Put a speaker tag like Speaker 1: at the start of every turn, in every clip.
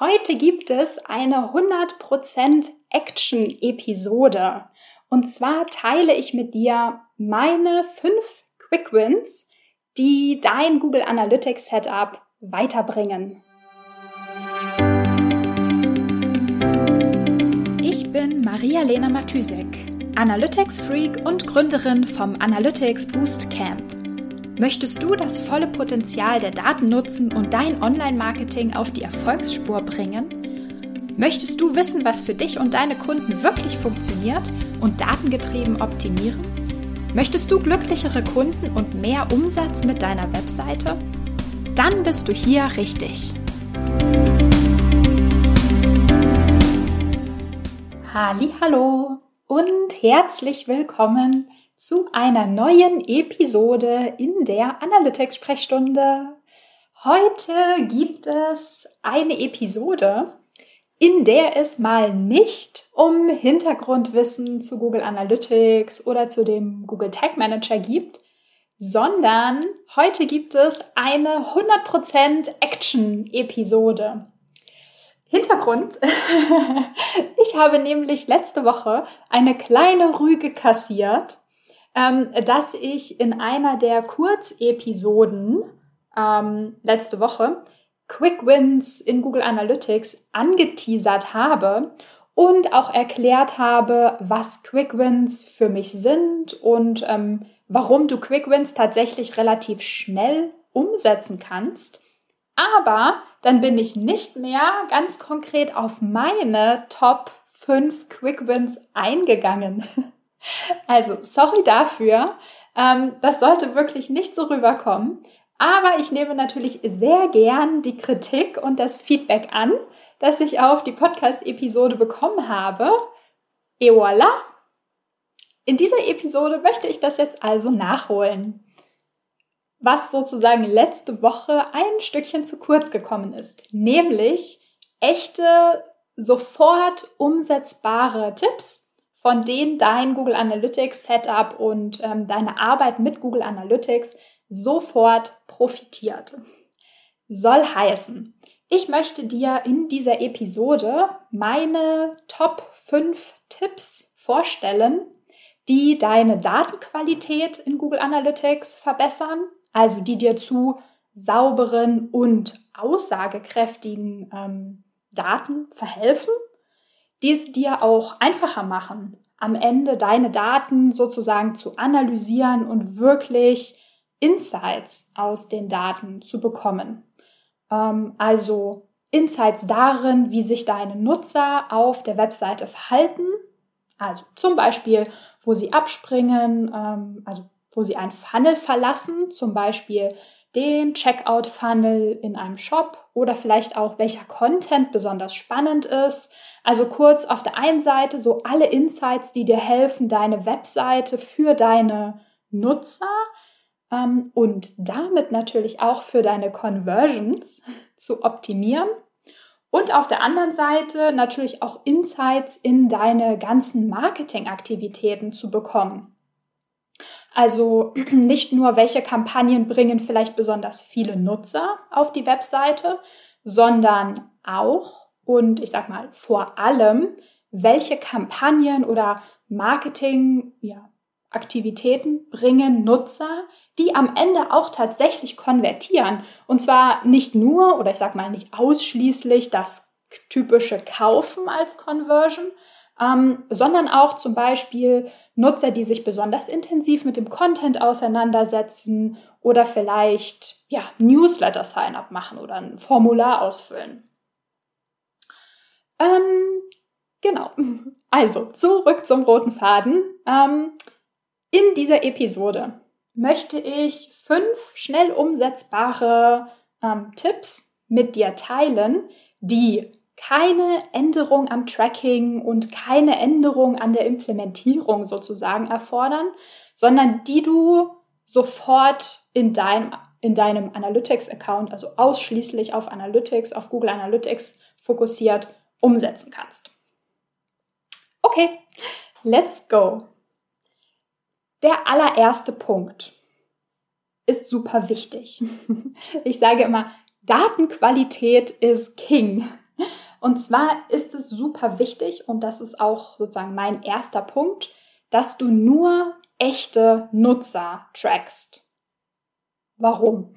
Speaker 1: Heute gibt es eine 100% Action-Episode. Und zwar teile ich mit dir meine 5 Quick Wins, die dein Google Analytics Setup weiterbringen. Ich bin Maria-Lena Matysek, Analytics-Freak und Gründerin vom Analytics Boost Camp. Möchtest du das volle Potenzial der Daten nutzen und dein Online-Marketing auf die Erfolgsspur bringen? Möchtest du wissen, was für dich und deine Kunden wirklich funktioniert und datengetrieben optimieren? Möchtest du glücklichere Kunden und mehr Umsatz mit deiner Webseite? Dann bist du hier richtig. Hallihallo und herzlich willkommen zu einer neuen Episode in der Analytics-Sprechstunde. Heute gibt es eine Episode, in der es mal nicht um Hintergrundwissen zu Google Analytics oder zu dem Google Tag Manager gibt, sondern heute gibt es eine 100% Action-Episode. Hintergrund, ich habe nämlich letzte Woche eine kleine Rüge kassiert, dass ich in einer der Kurzepisoden letzte Woche Quick Wins in Google Analytics angeteasert habe und auch erklärt habe, was Quick Wins für mich sind und warum du Quick Wins tatsächlich relativ schnell umsetzen kannst. Aber dann bin ich nicht mehr ganz konkret auf meine Top 5 Quick Wins eingegangen. Also, sorry dafür. Das sollte wirklich nicht so rüberkommen. Aber ich nehme natürlich sehr gern die Kritik und das Feedback an, das ich auf die Podcast-Episode bekommen habe. Et voilà! In dieser Episode möchte ich das jetzt also nachholen, was sozusagen letzte Woche ein Stückchen zu kurz gekommen ist. Nämlich echte, sofort umsetzbare Tipps, von denen dein Google Analytics Setup und deine Arbeit mit Google Analytics sofort profitiert. Soll heißen, ich möchte dir in dieser Episode meine Top 5 Tipps vorstellen, die deine Datenqualität in Google Analytics verbessern, also die dir zu sauberen und aussagekräftigen Daten verhelfen, die es dir auch einfacher machen, am Ende deine Daten sozusagen zu analysieren und wirklich Insights aus den Daten zu bekommen. Also Insights darin, wie sich deine Nutzer auf der Webseite verhalten, also zum Beispiel, wo sie abspringen, also wo sie einen Funnel verlassen, zum Beispiel den Checkout-Funnel in einem Shop oder vielleicht auch, welcher Content besonders spannend ist. Also kurz auf der einen Seite so alle Insights, die dir helfen, deine Webseite für deine Nutzer und damit natürlich auch für deine Conversions zu optimieren. Und auf der anderen Seite natürlich auch Insights in deine ganzen Marketingaktivitäten zu bekommen. Also nicht nur, welche Kampagnen bringen vielleicht besonders viele Nutzer auf die Webseite, sondern auch und ich sag mal vor allem, welche Kampagnen oder Marketingaktivitäten bringen Nutzer, die am Ende auch tatsächlich konvertieren. Und zwar nicht nur oder ich sag mal nicht ausschließlich das typische Kaufen als Conversion, sondern auch zum Beispiel Nutzer, die sich besonders intensiv mit dem Content auseinandersetzen oder vielleicht Newsletter-Sign-up machen oder ein Formular ausfüllen. Genau, also zurück zum roten Faden. In dieser Episode möchte ich 5 schnell umsetzbare Tipps mit dir teilen, die keine Änderung am Tracking und keine Änderung an der Implementierung sozusagen erfordern, sondern die du sofort in deinem Analytics-Account, also ausschließlich auf Analytics, auf Google Analytics fokussiert, umsetzen kannst. Okay, let's go. Der allererste Punkt ist super wichtig. Ich sage immer, Datenqualität ist King. Und zwar ist es super wichtig, und das ist auch sozusagen mein erster Punkt, dass du nur echte Nutzer trackst. Warum?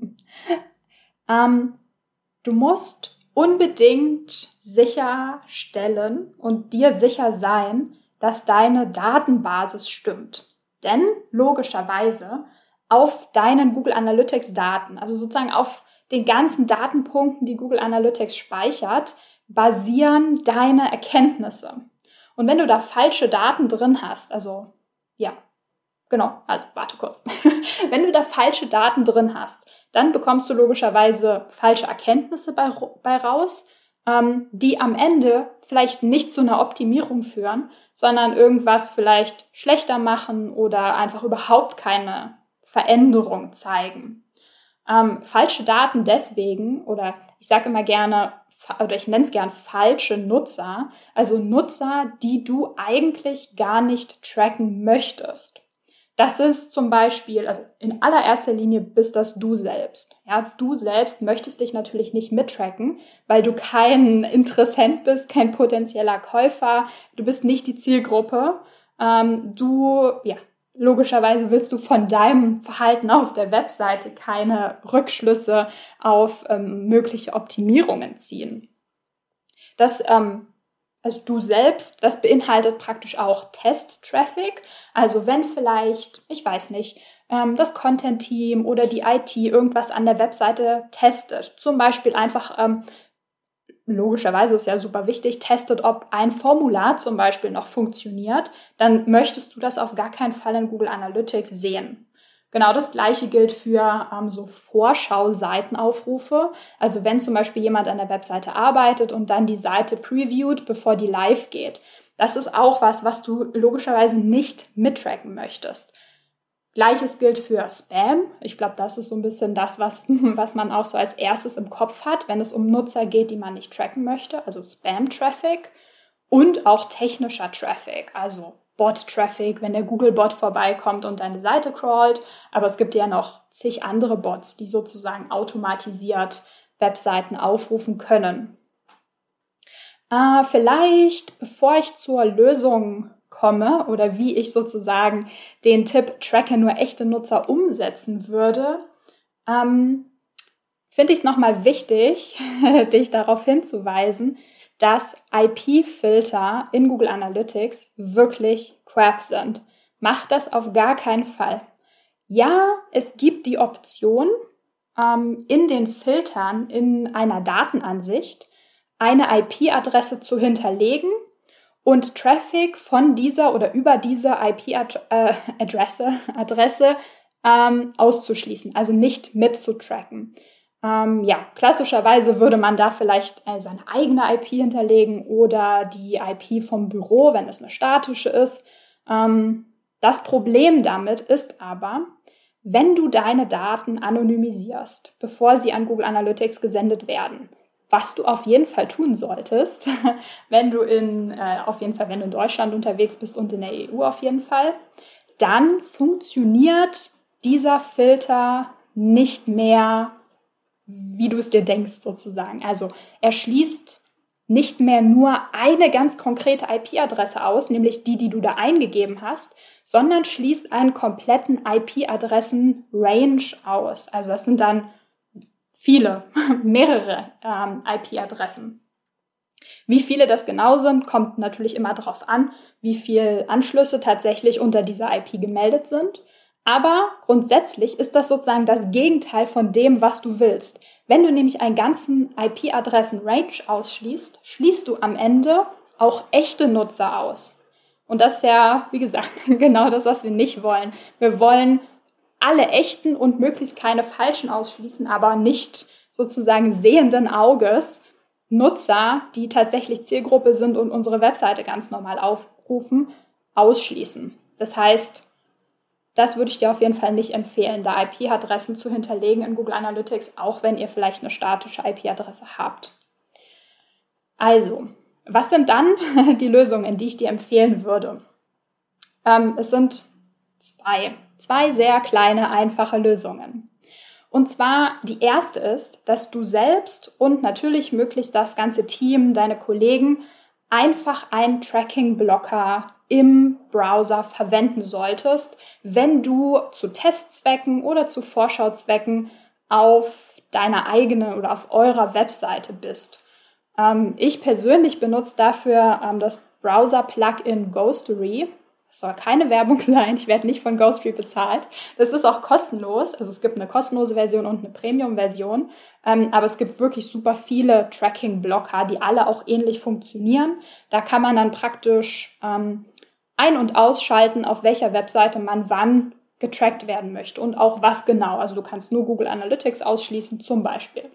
Speaker 1: Du musst unbedingt sicherstellen und dir sicher sein, dass deine Datenbasis stimmt. Denn logischerweise auf deinen Google Analytics Daten, also sozusagen auf den ganzen Datenpunkten, die Google Analytics speichert, basieren deine Erkenntnisse. Und wenn du da falsche Daten drin hast, also warte kurz. Wenn du da falsche Daten drin hast, dann bekommst du logischerweise falsche Erkenntnisse bei raus, die am Ende vielleicht nicht zu einer Optimierung führen, sondern irgendwas vielleicht schlechter machen oder einfach überhaupt keine Veränderung zeigen. Falsche Daten deswegen, oder ich sage immer gerne, oder ich nenne es gern falsche Nutzer, also Nutzer, die du eigentlich gar nicht tracken möchtest. Das ist zum Beispiel, also in allererster Linie bist das du selbst. Ja, du selbst möchtest dich natürlich nicht mittracken, weil du kein Interessent bist, kein potenzieller Käufer, du bist nicht die Zielgruppe. Logischerweise willst du von deinem Verhalten auf der Webseite keine Rückschlüsse auf mögliche Optimierungen ziehen. Also du selbst, das beinhaltet praktisch auch Test-Traffic. Also wenn vielleicht, ich weiß nicht, das Content-Team oder die IT irgendwas an der Webseite testet, zum Beispiel einfach, logischerweise ist ja super wichtig, testet, ob ein Formular zum Beispiel noch funktioniert, dann möchtest du das auf gar keinen Fall in Google Analytics sehen. Genau das Gleiche gilt für so Vorschau-Seitenaufrufe. Also wenn zum Beispiel jemand an der Webseite arbeitet und dann die Seite previewt, bevor die live geht. Das ist auch was du logischerweise nicht mittracken möchtest. Gleiches gilt für Spam. Ich glaube, das ist so ein bisschen das, was man auch so als erstes im Kopf hat, wenn es um Nutzer geht, die man nicht tracken möchte. Also Spam-Traffic und auch technischer Traffic, also Bot-Traffic, wenn der Google-Bot vorbeikommt und deine Seite crawlt. Aber es gibt ja noch zig andere Bots, die sozusagen automatisiert Webseiten aufrufen können. Vielleicht, bevor ich zur Lösung komme oder wie ich sozusagen den Tipp Tracke nur echte Nutzer umsetzen würde, finde ich es nochmal wichtig, dich darauf hinzuweisen, dass IP-Filter in Google Analytics wirklich crap sind. Mach das auf gar keinen Fall. Ja, es gibt die Option, in den Filtern in einer Datenansicht eine IP-Adresse zu hinterlegen und Traffic von dieser oder über diese IP-Adresse auszuschließen, also nicht mitzutracken. Klassischerweise würde man da vielleicht seine eigene IP hinterlegen oder die IP vom Büro, wenn es eine statische ist. Das Problem damit ist aber, wenn du deine Daten anonymisierst, bevor sie an Google Analytics gesendet werden, was du auf jeden Fall tun solltest, wenn du in Deutschland unterwegs bist und in der EU auf jeden Fall, dann funktioniert dieser Filter nicht mehr, wie du es dir denkst sozusagen. Also er schließt nicht mehr nur eine ganz konkrete IP-Adresse aus, nämlich die du da eingegeben hast, sondern schließt einen kompletten IP-Adressen-Range aus. Also das sind dann mehrere IP-Adressen. Wie viele das genau sind, kommt natürlich immer darauf an, wie viele Anschlüsse tatsächlich unter dieser IP gemeldet sind. Aber grundsätzlich ist das sozusagen das Gegenteil von dem, was du willst. Wenn du nämlich einen ganzen IP-Adressen-Range ausschließt, schließt du am Ende auch echte Nutzer aus. Und das ist ja, wie gesagt, genau das, was wir nicht wollen. Wir wollen alle echten und möglichst keine falschen ausschließen, aber nicht sozusagen sehenden Auges Nutzer, die tatsächlich Zielgruppe sind und unsere Webseite ganz normal aufrufen, ausschließen. Das heißt, das würde ich dir auf jeden Fall nicht empfehlen, da IP-Adressen zu hinterlegen in Google Analytics, auch wenn ihr vielleicht eine statische IP-Adresse habt. Also, was sind dann die Lösungen, die ich dir empfehlen würde? Es sind zwei sehr kleine, einfache Lösungen. Und zwar die erste ist, dass du selbst und natürlich möglichst das ganze Team, deine Kollegen, einfach einen Tracking-Blocker im Browser verwenden solltest, wenn du zu Testzwecken oder zu Vorschauzwecken auf deiner eigenen oder auf eurer Webseite bist. Ich persönlich benutze dafür das Browser-Plugin Ghostery. Das soll keine Werbung sein, ich werde nicht von Ghostery bezahlt. Das ist auch kostenlos, also es gibt eine kostenlose Version und eine Premium-Version, aber es gibt wirklich super viele Tracking-Blocker, die alle auch ähnlich funktionieren. Da kann man dann praktisch ein- und ausschalten, auf welcher Webseite man wann getrackt werden möchte und auch was genau. Also du kannst nur Google Analytics ausschließen zum Beispiel.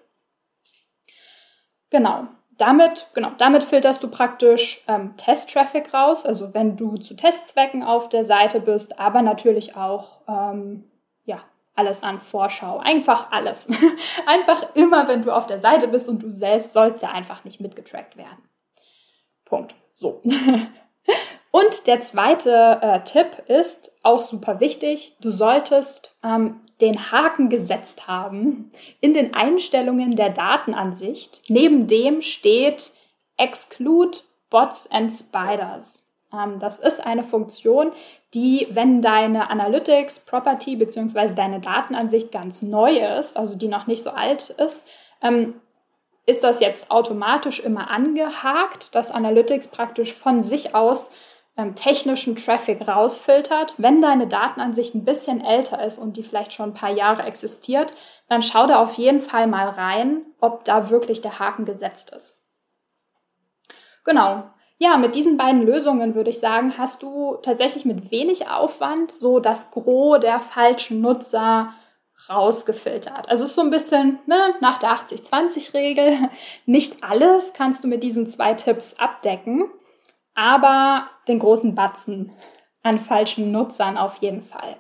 Speaker 1: Damit filterst du praktisch Test-Traffic raus, also wenn du zu Testzwecken auf der Seite bist, aber natürlich auch alles an Vorschau, einfach alles. Einfach immer, wenn du auf der Seite bist und du selbst sollst ja einfach nicht mitgetrackt werden. Punkt. So. Und der zweite Tipp ist auch super wichtig. Du solltest den Haken gesetzt haben in den Einstellungen der Datenansicht. Neben dem steht Exclude Bots and Spiders. Das ist eine Funktion, die, wenn deine Analytics Property bzw. deine Datenansicht ganz neu ist, also die noch nicht so alt ist das jetzt automatisch immer angehakt, dass Analytics praktisch von sich aus technischen Traffic rausfiltert. Wenn deine Datenansicht ein bisschen älter ist und die vielleicht schon ein paar Jahre existiert, dann schau da auf jeden Fall mal rein, ob da wirklich der Haken gesetzt ist. Genau. Ja, mit diesen beiden Lösungen würde ich sagen, hast du tatsächlich mit wenig Aufwand so das Gros der falschen Nutzer rausgefiltert. Also es ist so ein bisschen nach der 80-20-Regel. Nicht alles kannst du mit diesen 2 Tipps abdecken, aber den großen Batzen an falschen Nutzern auf jeden Fall.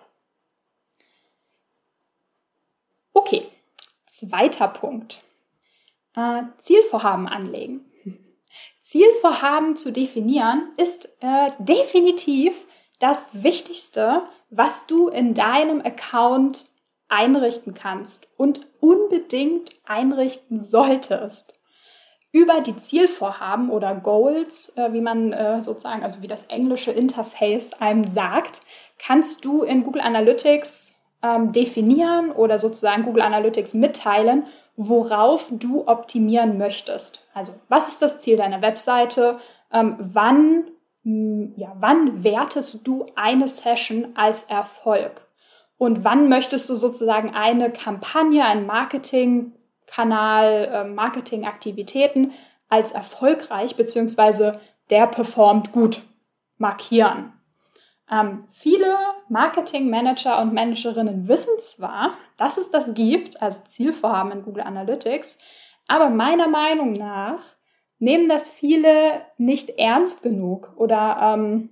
Speaker 1: Okay, zweiter Punkt. Zielvorhaben anlegen. Zielvorhaben zu definieren ist definitiv das Wichtigste, was du in deinem Account einrichten kannst und unbedingt einrichten solltest. Über die Zielvorhaben oder Goals, wie man sozusagen, also wie das englische Interface einem sagt, kannst du in Google Analytics definieren oder sozusagen Google Analytics mitteilen, worauf du optimieren möchtest. Also, was ist das Ziel deiner Webseite? Wann wertest du eine Session als Erfolg? Und wann möchtest du sozusagen eine Kampagne, einen Marketingkanal, Marketingaktivitäten als erfolgreich bzw. der performt gut markieren? Viele Marketingmanager und Managerinnen wissen zwar, dass es das gibt, also Zielvorhaben in Google Analytics, aber meiner Meinung nach nehmen das viele nicht ernst genug oder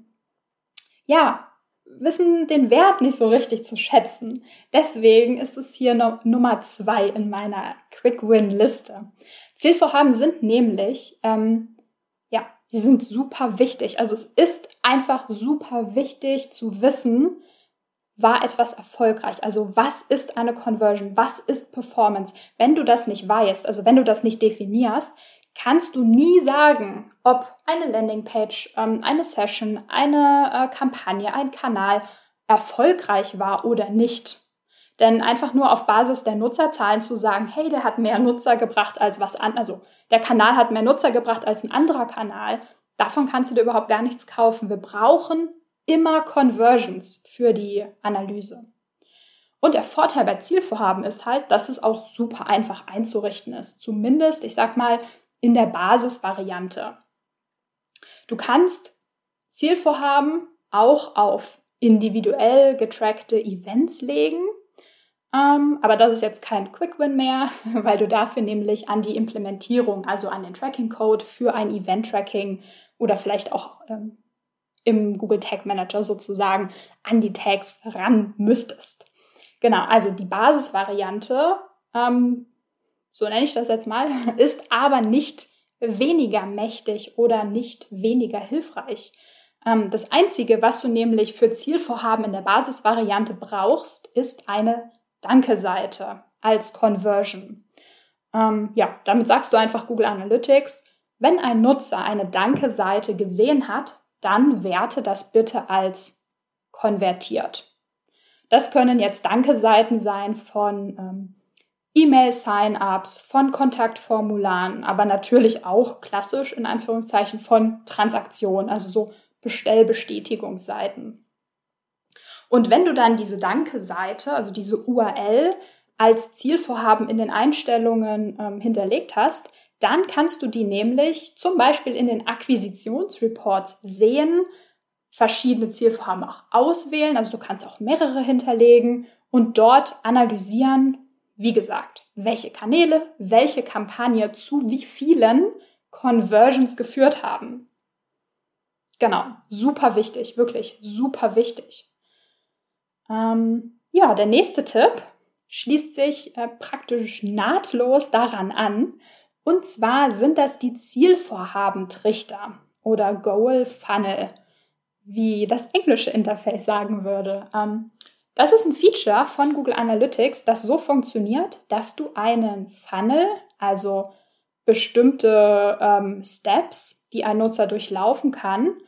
Speaker 1: wissen den Wert nicht so richtig zu schätzen. Deswegen ist es hier Nummer 2 in meiner Quick-Win-Liste. Zielvorhaben sind nämlich sie sind super wichtig. Also es ist einfach super wichtig zu wissen, war etwas erfolgreich? Also was ist eine Conversion? Was ist Performance? Wenn du das nicht weißt, also wenn du das nicht definierst, kannst du nie sagen, ob eine Landingpage, eine Session, eine Kampagne, ein Kanal erfolgreich war oder nicht. Denn einfach nur auf Basis der Nutzerzahlen zu sagen, hey, der hat mehr Nutzer gebracht als was anderes, also der Kanal hat mehr Nutzer gebracht als ein anderer Kanal, davon kannst du dir überhaupt gar nichts kaufen. Wir brauchen immer Conversions für die Analyse. Und der Vorteil bei Zielvorhaben ist halt, dass es auch super einfach einzurichten ist. Zumindest, ich sag mal, in der Basisvariante. Du kannst Zielvorhaben auch auf individuell getrackte Events legen. Aber das ist jetzt kein Quick-Win mehr, weil du dafür nämlich an die Implementierung, also an den Tracking-Code für ein Event-Tracking oder vielleicht auch im Google Tag Manager sozusagen an die Tags ran müsstest. Genau, also die Basisvariante, so nenne ich das jetzt mal, ist aber nicht weniger mächtig oder nicht weniger hilfreich. Das Einzige, was du nämlich für Zielvorhaben in der Basisvariante brauchst, ist eine Danke-Seite. als Conversion. Damit sagst du einfach Google Analytics, wenn ein Nutzer eine Danke-Seite gesehen hat, dann werte das bitte als konvertiert. Das können jetzt Danke-Seiten sein von E-Mail-Sign-ups, von Kontaktformularen, aber natürlich auch klassisch in Anführungszeichen von Transaktionen, also so Bestellbestätigungsseiten. Und wenn du dann diese Danke-Seite, also diese URL als Zielvorhaben in den Einstellungen hinterlegt hast, dann kannst du die nämlich zum Beispiel in den Akquisitionsreports sehen, verschiedene Zielvorhaben auch auswählen, also du kannst auch mehrere hinterlegen und dort analysieren, wie gesagt, welche Kanäle, welche Kampagne zu wie vielen Conversions geführt haben. Genau, super wichtig, wirklich super wichtig. Der nächste Tipp schließt sich praktisch nahtlos daran an. Und zwar sind das die Zielvorhabentrichter oder Goal Funnel, wie das englische Interface sagen würde. Das ist ein Feature von Google Analytics, das so funktioniert, dass du einen Funnel, also bestimmte Steps, die ein Nutzer durchlaufen kann,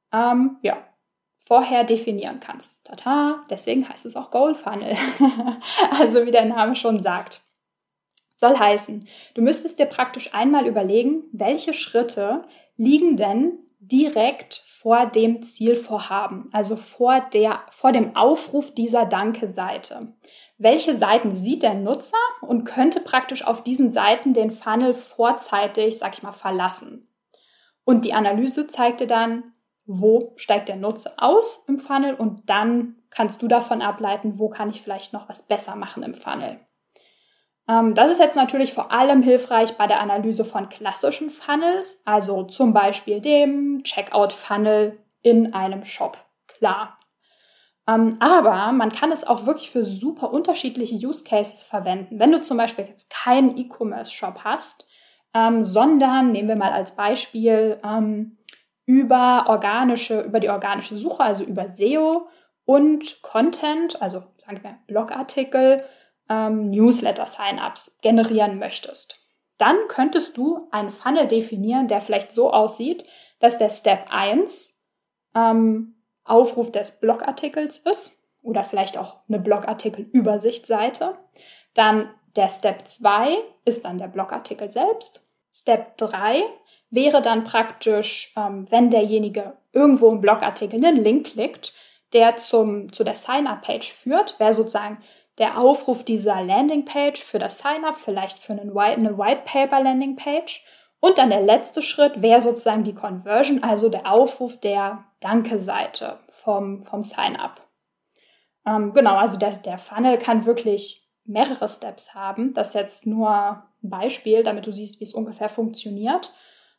Speaker 1: vorher definieren kannst. Tata, deswegen heißt es auch Goal Funnel. Also wie der Name schon sagt. Soll heißen, du müsstest dir praktisch einmal überlegen, welche Schritte liegen denn direkt vor dem Zielvorhaben, also vor dem Aufruf dieser Danke-Seite. Welche Seiten sieht der Nutzer und könnte praktisch auf diesen Seiten den Funnel vorzeitig, verlassen. Und die Analyse zeigt dir dann, wo steigt der Nutzer aus im Funnel und dann kannst du davon ableiten, wo kann ich vielleicht noch was besser machen im Funnel. Das ist jetzt natürlich vor allem hilfreich bei der Analyse von klassischen Funnels, also zum Beispiel dem Checkout-Funnel in einem Shop. Klar. Aber man kann es auch wirklich für super unterschiedliche Use Cases verwenden. Wenn du zum Beispiel jetzt keinen E-Commerce-Shop hast, sondern, nehmen wir mal als Beispiel, über die organische Suche, also über SEO und Content, also sagen wir Blogartikel, Newsletter-Sign-ups generieren möchtest. Dann könntest du einen Funnel definieren, der vielleicht so aussieht, dass der Step 1 Aufruf des Blogartikels ist oder vielleicht auch eine Blogartikel-Übersichtsseite. Dann der Step 2 ist dann der Blogartikel selbst. Step 3 wäre dann praktisch, wenn derjenige irgendwo im Blogartikel einen Link klickt, der zu der Sign-up-Page führt, wäre sozusagen der Aufruf dieser Landingpage für das Sign-up, vielleicht für eine White-Paper-Landingpage. Und dann der letzte Schritt wäre sozusagen die Conversion, also der Aufruf der Danke-Seite vom Sign-up. Also der Funnel kann wirklich mehrere Steps haben. Das ist jetzt nur ein Beispiel, damit du siehst, wie es ungefähr funktioniert.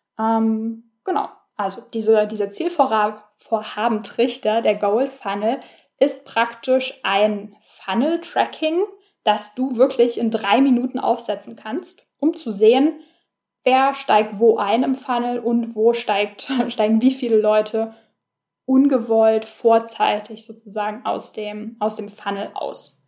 Speaker 1: Also dieser Zielvorhabentrichter, der Goal Funnel, ist praktisch ein Funnel-Tracking, das du wirklich in 3 Minuten aufsetzen kannst, um zu sehen, wer steigt wo ein im Funnel und wo steigen wie viele Leute ungewollt, vorzeitig sozusagen aus dem Funnel aus.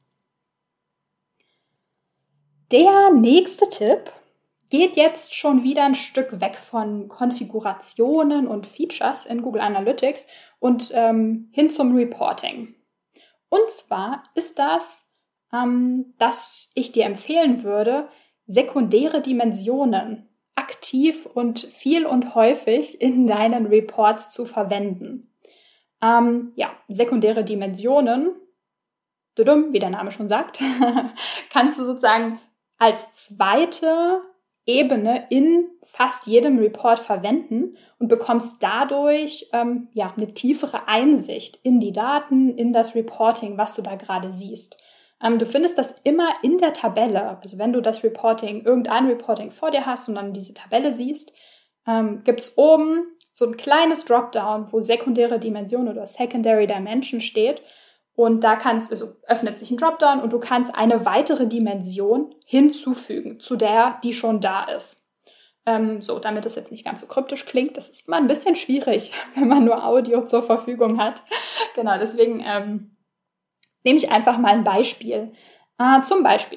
Speaker 1: Der nächste Tipp geht jetzt schon wieder ein Stück weg von Konfigurationen und Features in Google Analytics und hin zum Reporting. Und zwar ist das, dass ich dir empfehlen würde, sekundäre Dimensionen aktiv und viel und häufig in deinen Reports zu verwenden. Sekundäre Dimensionen, wie der Name schon sagt, kannst du sozusagen als zweite Ebene in fast jedem Report verwenden und bekommst dadurch eine tiefere Einsicht in die Daten, in das Reporting, was du da gerade siehst. Du findest das immer in der Tabelle. Also wenn du irgendein Reporting vor dir hast und dann diese Tabelle siehst, gibt es oben so ein kleines Dropdown, wo sekundäre Dimension oder Secondary Dimension steht. Und da öffnet sich ein Dropdown und du kannst eine weitere Dimension hinzufügen zu der, die schon da ist. Damit es jetzt nicht ganz so kryptisch klingt, das ist immer ein bisschen schwierig, wenn man nur Audio zur Verfügung hat. Genau, deswegen nehme ich einfach mal ein Beispiel. Zum Beispiel,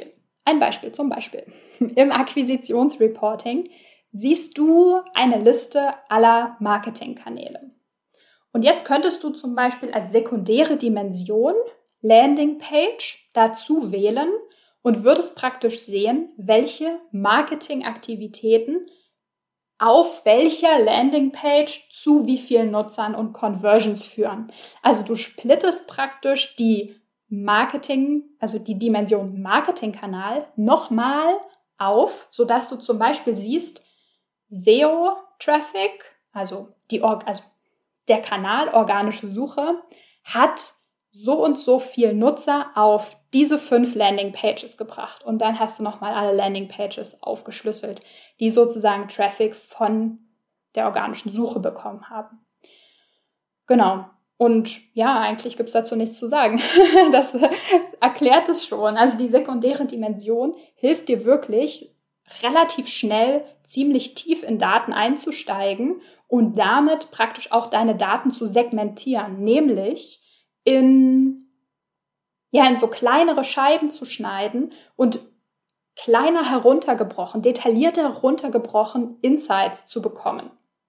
Speaker 1: ein Beispiel zum Beispiel. Im Akquisitionsreporting siehst du eine Liste aller Marketingkanäle. Und jetzt könntest du zum Beispiel als sekundäre Dimension Landingpage dazu wählen und würdest praktisch sehen, welche Marketingaktivitäten auf welcher Landingpage zu wie vielen Nutzern und Conversions führen. Also du splittest praktisch die die Dimension Marketingkanal nochmal auf, sodass du zum Beispiel siehst, SEO-Traffic, also der Kanal organische Suche, hat so und so viel Nutzer auf diese 5 Landingpages gebracht. Und dann hast du nochmal alle Landingpages aufgeschlüsselt, die sozusagen Traffic von der organischen Suche bekommen haben. Genau. Und ja, eigentlich gibt es dazu nichts zu sagen. Das erklärt es schon. Also die sekundäre Dimension hilft dir wirklich, relativ schnell ziemlich tief in Daten einzusteigen und damit praktisch auch deine Daten zu segmentieren, nämlich in so kleinere Scheiben zu schneiden und kleiner heruntergebrochen, detaillierter heruntergebrochen Insights zu bekommen.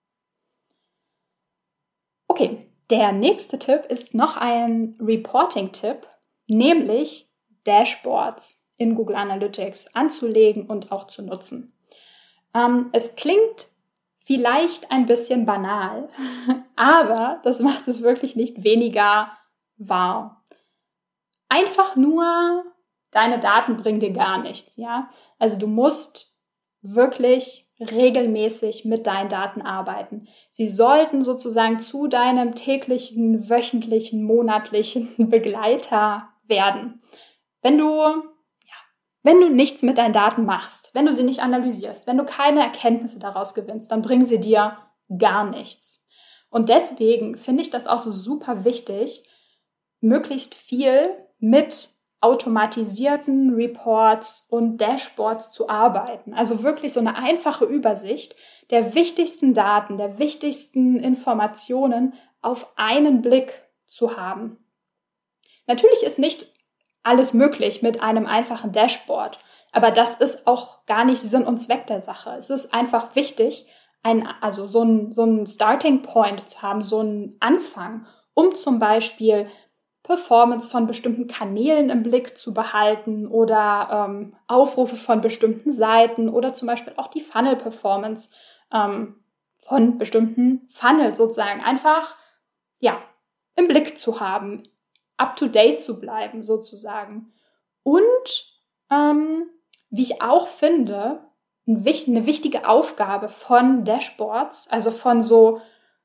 Speaker 1: Okay, der nächste Tipp ist noch ein Reporting-Tipp, nämlich Dashboards in Google Analytics anzulegen und auch zu nutzen. Es klingt vielleicht ein bisschen banal, aber das macht es wirklich nicht weniger wahr. Einfach nur deine Daten bringen dir gar nichts, ja? Also du musst wirklich regelmäßig mit deinen Daten arbeiten. Sie sollten sozusagen zu deinem täglichen, wöchentlichen, monatlichen Begleiter werden. Wenn du nichts mit deinen Daten machst, wenn du sie nicht analysierst, wenn du keine Erkenntnisse daraus gewinnst, dann bringen sie dir gar nichts. Und deswegen finde ich das auch so super wichtig, möglichst viel mit automatisierten Reports und Dashboards zu arbeiten. Also wirklich so eine einfache Übersicht der wichtigsten Daten, der wichtigsten Informationen auf einen Blick zu haben. Natürlich ist nicht alles möglich mit einem einfachen Dashboard, aber das ist auch gar nicht Sinn und Zweck der Sache. Es ist einfach wichtig, so einen Starting Point zu haben, so einen Anfang, um zum Beispiel Performance von bestimmten Kanälen im Blick zu behalten oder Aufrufe von bestimmten Seiten oder zum Beispiel auch die Funnel-Performance von bestimmten Funnels sozusagen einfach im Blick zu haben, up-to-date zu bleiben sozusagen. Und wie ich auch finde, eine wichtige Aufgabe von Dashboards, also von so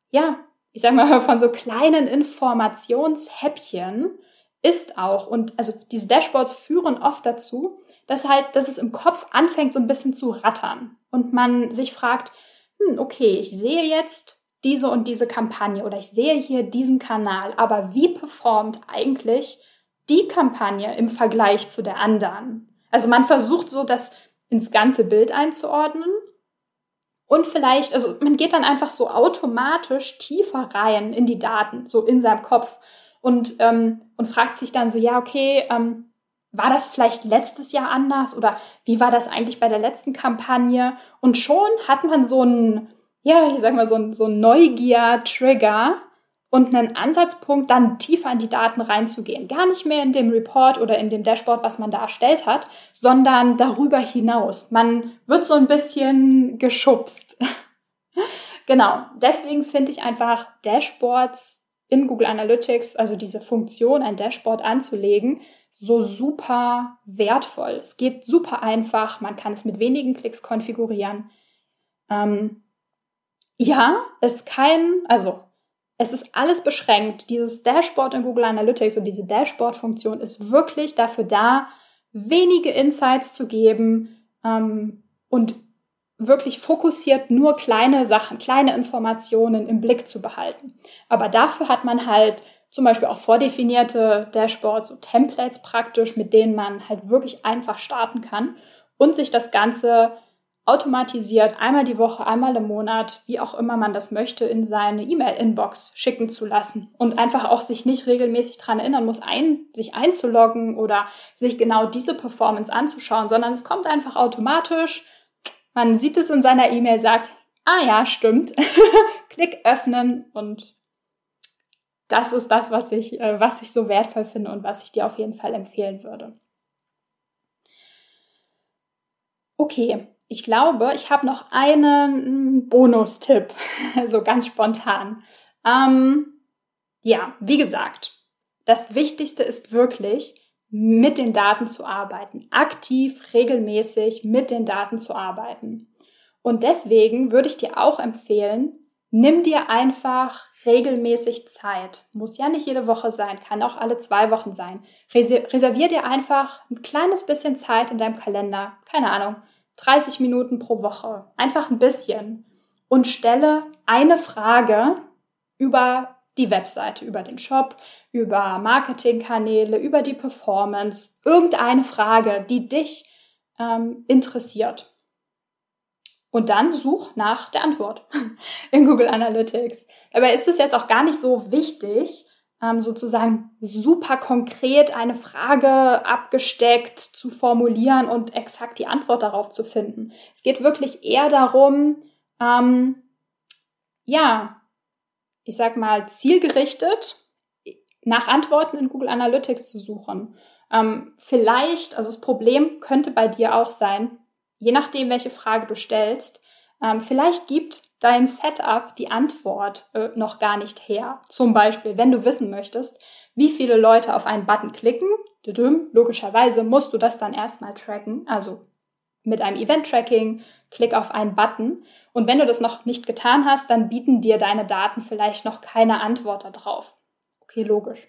Speaker 1: kleinen Informationshäppchen ist auch, und also diese Dashboards führen oft dazu, dass es im Kopf anfängt so ein bisschen zu rattern und man sich fragt, okay, ich sehe jetzt diese und diese Kampagne oder ich sehe hier diesen Kanal, aber wie performt eigentlich die Kampagne im Vergleich zu der anderen? Also man versucht so, das ins ganze Bild einzuordnen. Und vielleicht, also man geht dann einfach so automatisch tiefer rein in die Daten, so in seinem Kopf und fragt sich dann so, war das vielleicht letztes Jahr anders oder wie war das eigentlich bei der letzten Kampagne? Und schon hat man so einen Neugier-Trigger und einen Ansatzpunkt, dann tiefer in die Daten reinzugehen. Gar nicht mehr in dem Report oder in dem Dashboard, was man da erstellt hat, sondern darüber hinaus. Man wird so ein bisschen geschubst. Genau, deswegen finde ich einfach Dashboards in Google Analytics, also diese Funktion, ein Dashboard anzulegen, so super wertvoll. Es geht super einfach, man kann es mit wenigen Klicks konfigurieren. Es ist alles beschränkt. Dieses Dashboard in Google Analytics und diese Dashboard-Funktion ist wirklich dafür da, wenige Insights zu geben und wirklich fokussiert nur kleine Sachen, kleine Informationen im Blick zu behalten. Aber dafür hat man halt zum Beispiel auch vordefinierte Dashboards, so Templates praktisch, mit denen man halt wirklich einfach starten kann und sich das Ganze automatisiert einmal die Woche, einmal im Monat, wie auch immer man das möchte, in seine E-Mail-Inbox schicken zu lassen und einfach auch sich nicht regelmäßig daran erinnern muss, sich einzuloggen oder sich genau diese Performance anzuschauen, sondern es kommt einfach automatisch. Man sieht es in seiner E-Mail, sagt, ah ja, stimmt, Klick öffnen, und das ist das, was ich so wertvoll finde und was ich dir auf jeden Fall empfehlen würde. Okay, ich glaube, ich habe noch einen Bonustipp, so ganz spontan. Ja, wie gesagt, das Wichtigste ist wirklich, mit den Daten zu arbeiten, aktiv, regelmäßig mit den Daten zu arbeiten. Und deswegen würde ich dir auch empfehlen, nimm dir einfach regelmäßig Zeit. Muss ja nicht jede Woche sein, kann auch alle 2 Wochen sein. Reservier dir einfach ein kleines bisschen Zeit in deinem Kalender, keine Ahnung, 30 Minuten pro Woche, einfach ein bisschen, und stelle eine Frage über die Webseite, über den Shop, über Marketingkanäle, über die Performance, irgendeine Frage, die dich interessiert. Und dann such nach der Antwort in Google Analytics. Dabei ist es jetzt auch gar nicht so wichtig, sozusagen super konkret eine Frage abgesteckt zu formulieren und exakt die Antwort darauf zu finden. Es geht wirklich eher darum, ich sag mal, zielgerichtet nach Antworten in Google Analytics zu suchen. Vielleicht, also das Problem könnte bei dir auch sein, je nachdem, welche Frage du stellst, vielleicht gibt dein Setup die Antwort noch gar nicht her. Zum Beispiel, wenn du wissen möchtest, wie viele Leute auf einen Button klicken, logischerweise musst du das dann erstmal tracken, also mit einem Event-Tracking, klick auf einen Button. Und wenn du das noch nicht getan hast, dann bieten dir deine Daten vielleicht noch keine Antwort darauf. Okay, logisch.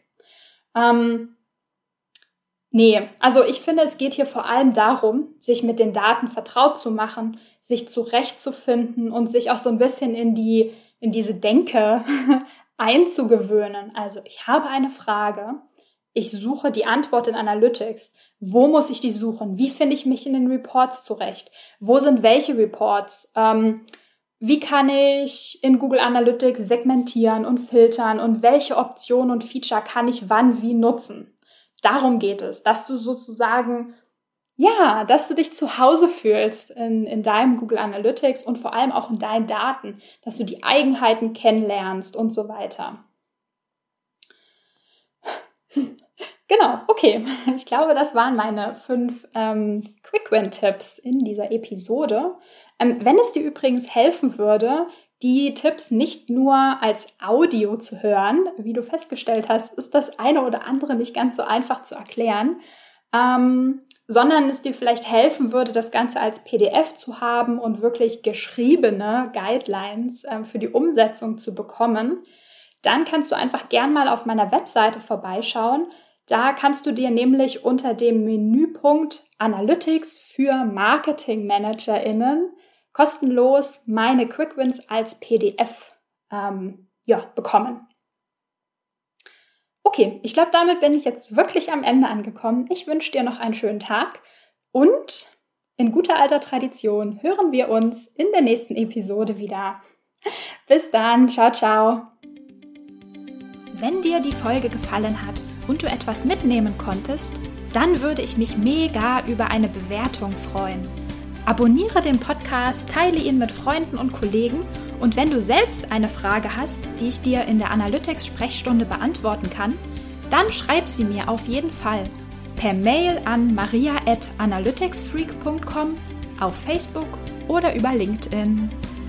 Speaker 1: Also ich finde, es geht hier vor allem darum, sich mit den Daten vertraut zu machen, sich zurechtzufinden und sich auch so ein bisschen in diese Denke einzugewöhnen. Also ich habe eine Frage, ich suche die Antwort in Analytics. Wo muss ich die suchen? Wie finde ich mich in den Reports zurecht? Wo sind welche Reports? Wie kann ich in Google Analytics segmentieren und filtern und welche Optionen und Feature kann ich wann wie nutzen? Darum geht es, dass du sozusagen, dass du dich zu Hause fühlst in deinem Google Analytics und vor allem auch in deinen Daten, dass du die Eigenheiten kennenlernst und so weiter. Genau, okay. Ich glaube, das waren meine 5 Quick-Win-Tipps in dieser Episode. Wenn es dir übrigens helfen würde, die Tipps nicht nur als Audio zu hören, wie du festgestellt hast, ist das eine oder andere nicht ganz so einfach zu erklären, sondern es dir vielleicht helfen würde, das Ganze als PDF zu haben und wirklich geschriebene Guidelines für die Umsetzung zu bekommen, dann kannst du einfach gern mal auf meiner Webseite vorbeischauen. Da kannst du dir nämlich unter dem Menüpunkt Analytics für MarketingmanagerInnen kostenlos meine Quick Wins als PDF bekommen. Okay, ich glaube, damit bin ich jetzt wirklich am Ende angekommen. Ich wünsche dir noch einen schönen Tag und in guter alter Tradition hören wir uns in der nächsten Episode wieder. Bis dann, ciao, ciao. Wenn dir die Folge gefallen hat und du etwas mitnehmen konntest, dann würde ich mich mega über eine Bewertung freuen. Abonniere den Podcast, teile ihn mit Freunden und Kollegen, und wenn du selbst eine Frage hast, die ich dir in der Analytics-Sprechstunde beantworten kann, dann schreib sie mir auf jeden Fall per Mail an maria@analyticsfreak.com, auf Facebook oder über LinkedIn.